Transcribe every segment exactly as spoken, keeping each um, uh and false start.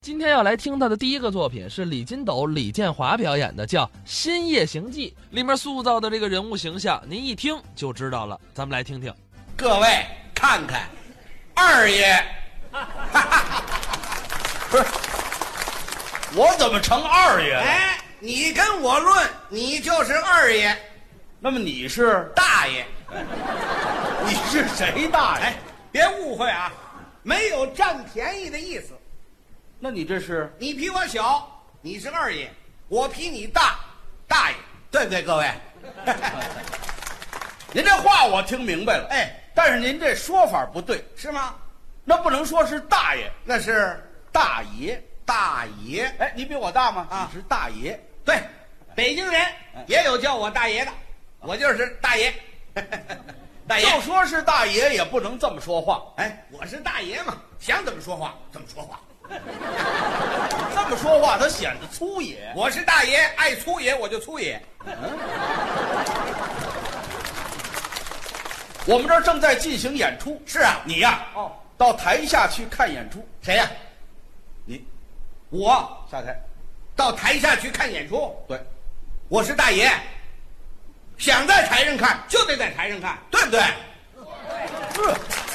今天要来听他的第一个作品是李金斗、李建华表演的，叫《新夜行记》，里面塑造的这个人物形象，您一听就知道了。咱们来听听。 各位看看，二爷， 不是，我怎么成二爷了？ 哎，你跟我论，你就是二爷， 那么你是大爷。 你是谁大爷？ 哎，别误会啊，没有占便宜的意思。 那你这是？ 你比我小，你是二爷；我比你大，大爷，对不对，各位？ 您这话我听明白了， 哎， 但是您这说法不对， 是吗？ 那不能说是大爷， 那是大爷。 大爷。 哎，你比我大吗？ 啊， 你是大爷。 对，北京人也有叫我大爷的，我就是大爷。大爷， 就说是大爷也不能这么说话。 哎，我是大爷嘛，想怎么说话怎么说话。 这么说话他显得粗野。 我是大爷，爱粗野我就粗野。 嗯，我们这儿正在进行演出。 是啊， 你呀， 哦， 到台下去看演出。 谁呀？ 你， 我下台， 到台下去看演出。 对， 我是大爷，想在台上看就得在台上看，对不对？ 是。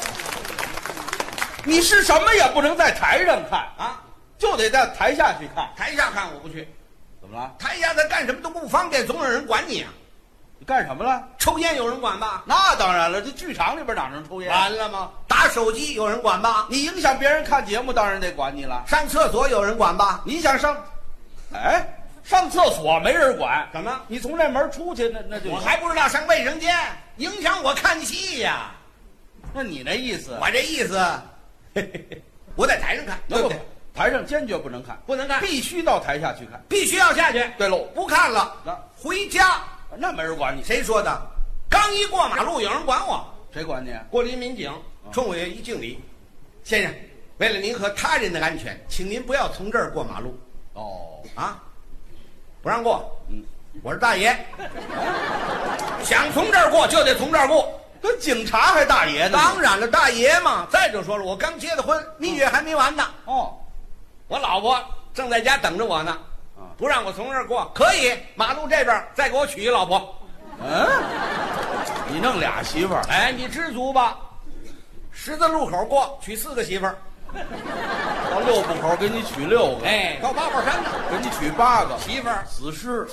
你是什么也不能在台上看啊， 就得在台下去看。 台下看我不去。 怎么了？ 台下他干什么都不方便，总有人管你啊。 你干什么了？ 抽烟有人管吧？ 那当然了，这剧场里边哪能抽烟？ 完了吗？打手机有人管吧？ 你影响别人看节目，当然得管你了。 上厕所有人管吧？ 你想上，哎，上厕所没人管， 怎么？ 你从这门出去，那那就我还不知道上卫生间，影响我看戏呀。 那你那意思？ 我这意思，我在台上看，对不对？ 台上坚决不能看， 不能看， 必须到台下去看， 必须要下去。 对喽， 不看了， 那回家。 那没人管你。 谁说的？刚一过马路，有人管我。 谁管你？ 过来一民警冲我一敬礼，先生，为了您和他人的安全，请您不要从这儿过马路。 哦， 啊，不让过。 嗯， 我是大爷，想从这儿过就得从这儿过。 跟警察还大爷呢？ 当然了，大爷嘛。再者说了，我刚结的婚，蜜月还没完呢。 哦， 我老婆正在家等着我呢。不让我从这儿过，可以，马路这边再给我娶一老婆。 嗯，你弄俩媳妇儿？ 哎，你知足吧。十字路口过，娶四个媳妇儿。 到六步口给你娶六个。 哎，到八宝山呢， 给你娶八个媳妇儿。 死尸。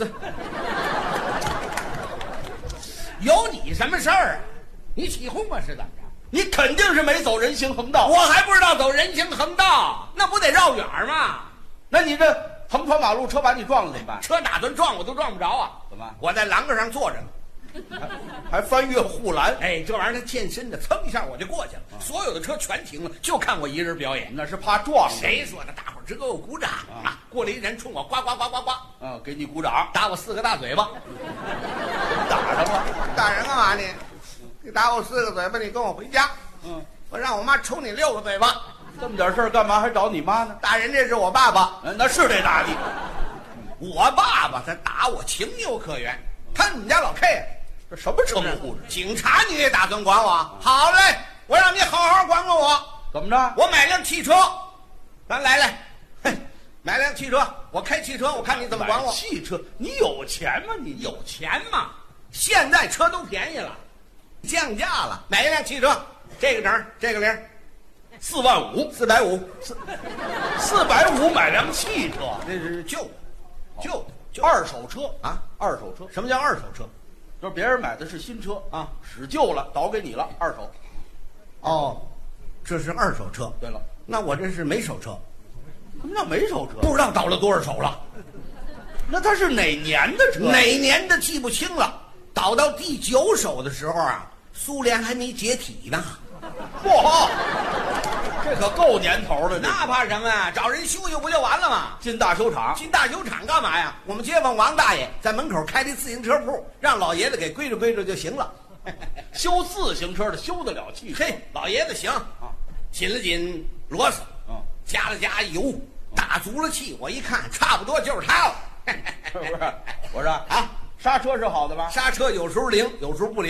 有你什么事儿啊？你起哄啊是怎么着？ 你肯定是没走人行横道。 我还不知道走人行横道，那不得绕远吗？ 那你这横穿马路，车把你撞了怎么办？ 车打算撞我都撞不着啊！ 怎么？ 我在栏杆上坐着呢， 还翻越护栏。 哎，这玩意儿它健身的，蹭一下我就过去了。啊、所有的车全停了，就看我一人表演。 那是怕撞。 谁说的？大伙儿只给我鼓掌啊！啊过来一人冲我呱呱呱呱呱， 啊，给你鼓掌， 打我四个大嘴巴。 打上了？ 打人干嘛呢？你打我四个嘴巴，你跟我回家。 嗯， 我让我妈抽你六个嘴巴。 这么点事儿干嘛还找你妈呢？ 打人这是我爸爸。 嗯，那是得打你。 我爸爸他打我情有可原，他是你们家老 K， 这什么称呼？ 警察你也打算管我？好嘞，我让你好好管管我。 怎么着？ 我买辆汽车，咱来来，嘿，买辆汽车，我开汽车，我看你怎么管我。 汽车？你有钱吗？你有钱吗？现在车都便宜了，降价了，买一辆汽车，这个整，这个零。 四万五， 四百五， 四四百五买辆汽车， 那是旧的，旧的二手车啊， 二手车。 什么叫二手车？ 就是别人买的是新车啊， 使旧了倒给你了，二手。 哦，这是二手车。 对了， 那我这是没手车。 什么叫没手车？ 不知道倒了多少手了。 那它是哪年的车？ 哪年的记不清了。倒到第九手的时候啊，苏联还没解体呢。 嚯！这可够年头的， 那怕什么呀？找人修修不就完了吗？ 进大修厂， 进大修厂干嘛呀？我们街坊王大爷在门口开的自行车铺，让老爷子给归置归置就行了。 修自行车的修得了汽车？ 嘿，老爷子行啊，紧了紧螺丝， 嗯， 加了加油，打足了气。我一看，差不多就是他了。 是不是？我说啊，刹车是好的吧？ 刹车有时候灵，有时候不灵。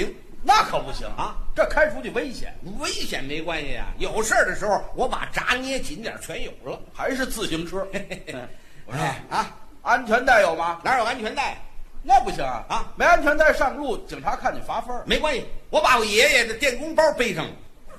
那可不行啊！ 这开出去危险， 危险没关系啊，有事儿的时候我把闸捏紧点全有了。 还是自行车。我说哎啊， 安全带有吗？ 哪有安全带？ 那不行啊！ 啊， 没安全带上路，警察看你罚分。 没关系，我把我爷爷的电工包背上了，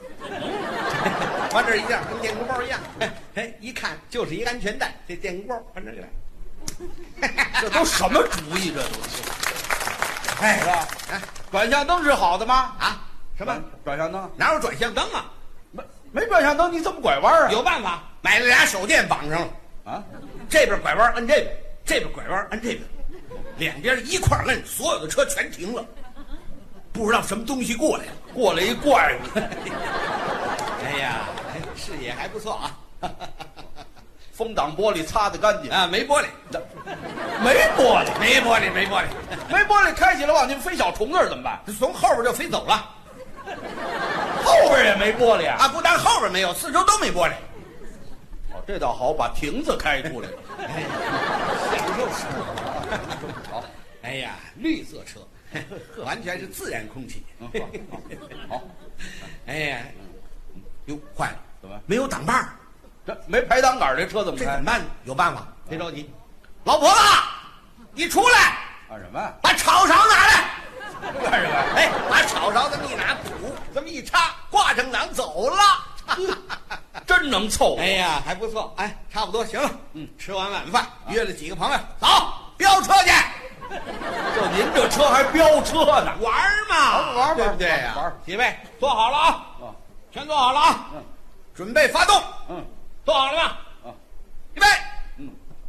往这一样，跟电工包一样。哎，一看就是一个安全带，这电工包往这来。 这都什么主意？这都是， 哎， 是吧？ 哎， 转向灯是好的吗？ 啊，什么转向灯？ 哪有转向灯啊？ 没没转向灯，你怎么拐弯啊？ 有办法，买了俩手电绑上了， 啊？ 这边拐弯摁这边，这边拐弯摁这边，两边一块摁，所有的车全停了。不知道什么东西过来了， 过来一怪物。 哎呀，视野还不错啊。 风挡玻璃擦得干净啊，没玻璃， 没玻璃， 没玻璃，没玻璃， 没玻璃，开起来往进飞小虫子怎么办？ 从后边就飞走了。 后边也没玻璃啊？ 啊，不但后边没有，四周都没玻璃。 哦，这倒好，把亭子开出来了， 享受生活。好，哎呀，绿色车，完全是自然空气。 好， 哎呀，哟，坏了， 怎么没有挡把儿？ 这没排挡杆，这车怎么开这怎么？办？有办法，别着急。老婆子，你出来， 干什么呀？ 把炒勺拿来。 干什么？ 哎，把炒勺这么一拿，噗，这么一插，挂正挡走了。 真能凑合。 哎呀，还不错，哎，差不多行了。 嗯， 吃完晚饭，约了几个朋友，走飙车去。 就您这车还飙车呢？ 玩嘛， 玩玩对不对呀？ 玩玩几位坐好了啊， 啊， 全坐好了啊， 嗯， 准备发动， 嗯， 坐好了吗？ 啊， 预备， 嗯，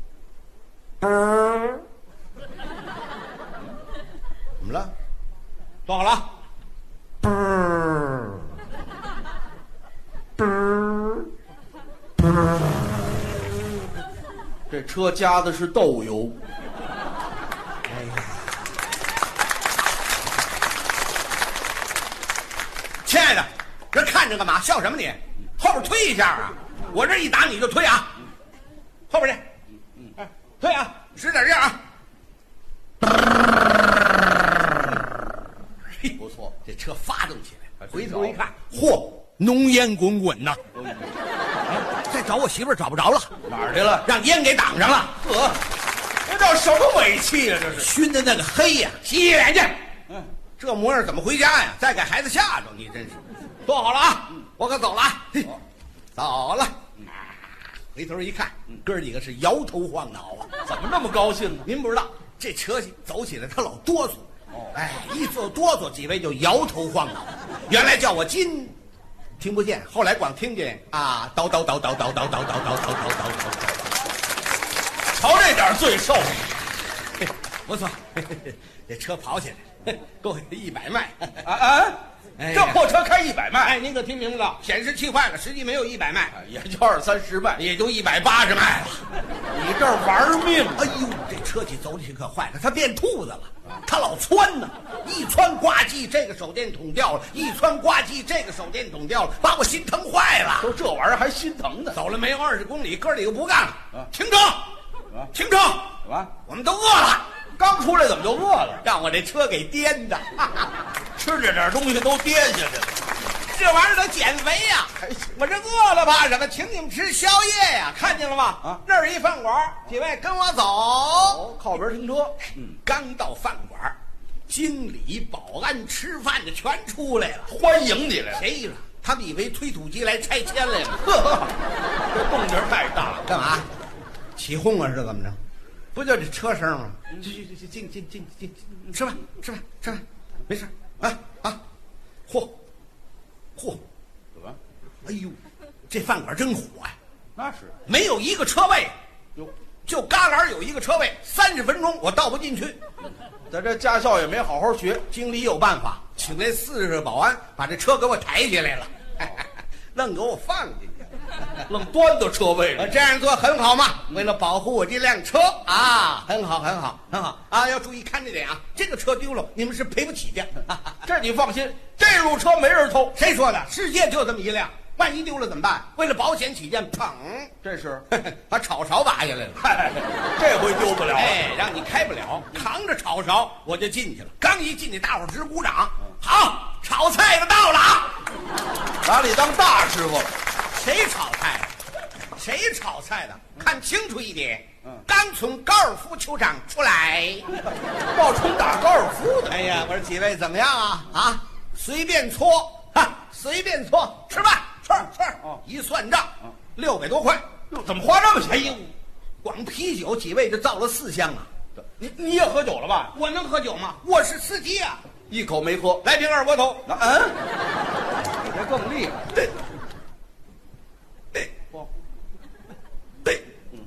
怎么了？坐好了啊。 这车加的是豆油。 哎呀，亲爱的，这看着干嘛？笑什么你？后边推一下啊！我这一打你就推啊，后边去，嗯，哎，推啊，使点劲啊！嘿， 不错， 这车发动起来，回头着一看，嚯，浓烟滚滚呐！再找我媳妇儿找不着了， 哪儿去了？ 让烟给挡上了。 呵，这叫什么尾气啊？这是。 熏的那个黑呀、洗洗脸去。 嗯， 这模样怎么回家呀？再给孩子吓着，你真是。坐好了啊，我可走了啊。嘿走了。啊，回头一看，哥几个是摇头晃脑啊。 怎么那么高兴呢？ 您不知道，这车走起来他老哆嗦。 哦哎，一做哆嗦，几位就摇头晃脑。原来叫我金，听不见，后来光听见啊，叨叨叨叨叨叨叨叨叨叨叨叨叨叨。 瞧这点罪受。 嘿不错，嘿嘿嘿这车跑起来，嘿够一百迈。 啊啊！ 哎呀这破车开一百迈， 哎，您可听明白了？显示器坏了，实际没有一百迈， 哎也就二三十迈。 也就一百八十迈了。 你这儿玩命！ 哎呦，这车体走起可坏了，它变兔子了，它老窜呢，一窜呱唧，这个手电筒掉了；一窜呱唧，这个手电筒掉了，把我心疼坏了。 说这玩意儿还心疼呢。 走了没有二十公里，哥几个不干了， 啊停车， 啊停车， 怎么？ 我们都饿了， 刚出来怎么就饿了？ 让我这车给颠的。 吃这点东西都颠下去了。 这玩意儿得减肥呀、 还行我这饿了怕什么？请你们吃宵夜呀、看见了吗？ 啊那儿一饭馆，几位跟我走。 哦，靠边停车。 嗯，刚到饭馆，经理、保安吃饭的全出来了， 欢迎你来了。 谁了？他们以为推土机来拆迁来了。 呵，这动静太大了。 干嘛？起哄啊？是怎么着？不就这车声吗？进进进进进进进，吃饭吃饭吃饭，没事啊啊！嚯嚯！ 怎么？ 哎呦，这饭馆真火呀、 那是。 没有一个车位， 哟， 就旮旯有一个车位，三十分钟我倒不进去。 在这驾校也没好好学。 经理有办法，请来四十个保安，把这车给我抬起来了，愣给我放进去。 愣端到车位我里。 这样做很好嘛，为了保护我这辆车啊，很好，很好，很好啊！要注意看这点啊，这个车丢了，你们是赔不起的。 这你放心，这路车没人偷。 谁说的？世界就这么一辆，万一丢了怎么办？为了保险起见，砰， 这是， 把炒勺拔下来了。 嗨，这回丢不了了。 哎，让你开不了，扛着炒勺我就进去了。刚一进去，大伙儿直鼓掌。好， 炒菜的到了啊！ 把你当大师傅了。 谁炒菜的？谁炒菜的？看清楚一点。 嗯， 刚从高尔夫球场出来。 冒充打高尔夫的。 哎呀，我说几位怎么样啊？啊，随便搓，哈，随便搓，吃饭，吃吃。 哦， 一算账，六百多块。 哟，怎么花这么钱？ 哎呦，光啤酒几位就造了四箱啊！ 你你也喝酒了吧？ 我能喝酒吗？我是司机啊！ 一口没喝。 来瓶二锅头。 那嗯，这更厉害。 对，对，对，嗯，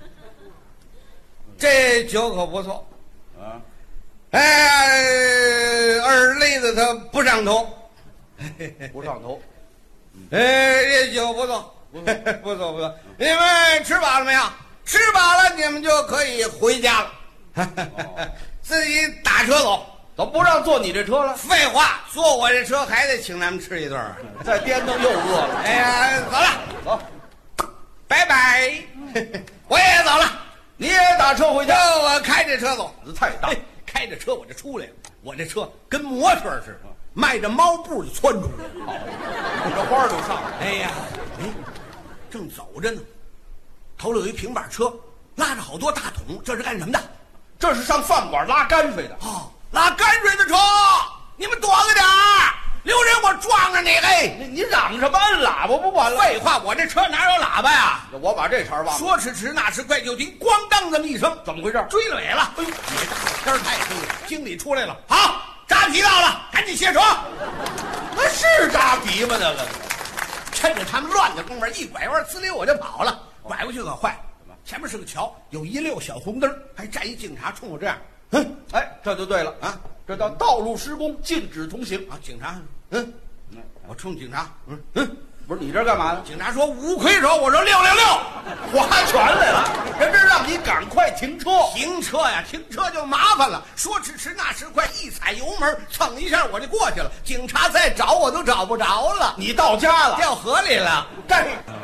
这酒可不错。 啊， 哎，二累子他不上头， 不上头。 哎，这酒不错，不错不错。你们吃饱了没有？吃饱了，你们就可以回家了。自己打车走。 怎么不让坐你这车了？ 废话，坐我这车还得请咱们吃一顿。 再颠腾又饿了。 哎呀，走了， 走， 拜拜。我也走了， 你也打车回就家？ 我开着车走。 太大， 开着车我就出来了。我这车跟摩托似的，迈着猫步就窜出来了。 好，这花儿就上了。 哎呀，哎，正走着呢，头里有一平板车，拉着好多大桶，这是干什么的？ 这是上饭馆拉泔水的。 哦，拉泔水的车，你们躲开点儿，留人我撞着你！嘿， 你你嚷什么？按喇叭不完了？ 废话，我这车哪有喇叭呀？ 我把这茬忘了。 说时迟，那时快，就听咣当这么一声， 怎么回事？ 追了尾了！哎呦，这大天儿太黑了，经理出来了，好，扎皮到了，赶紧卸车。 那是扎皮吗？那个趁着他们乱的功夫，一拐弯，呲溜我就跑了。拐过去可坏，前面是个桥，有一溜小红灯，还站一警察冲我这样，嗯， 哎，这就对了啊， 这叫道路施工，禁止通行啊！警察，嗯，我冲警察，嗯嗯， 不是你这干嘛呢？ 警察说五魁首，我说六六六， 划拳来了，人这让你赶快停车。 停车呀，停车就麻烦了。说时迟，那时快，一踩油门，蹭一下我就过去了。警察再找我都找不着了， 你到家了， 掉河里了。 干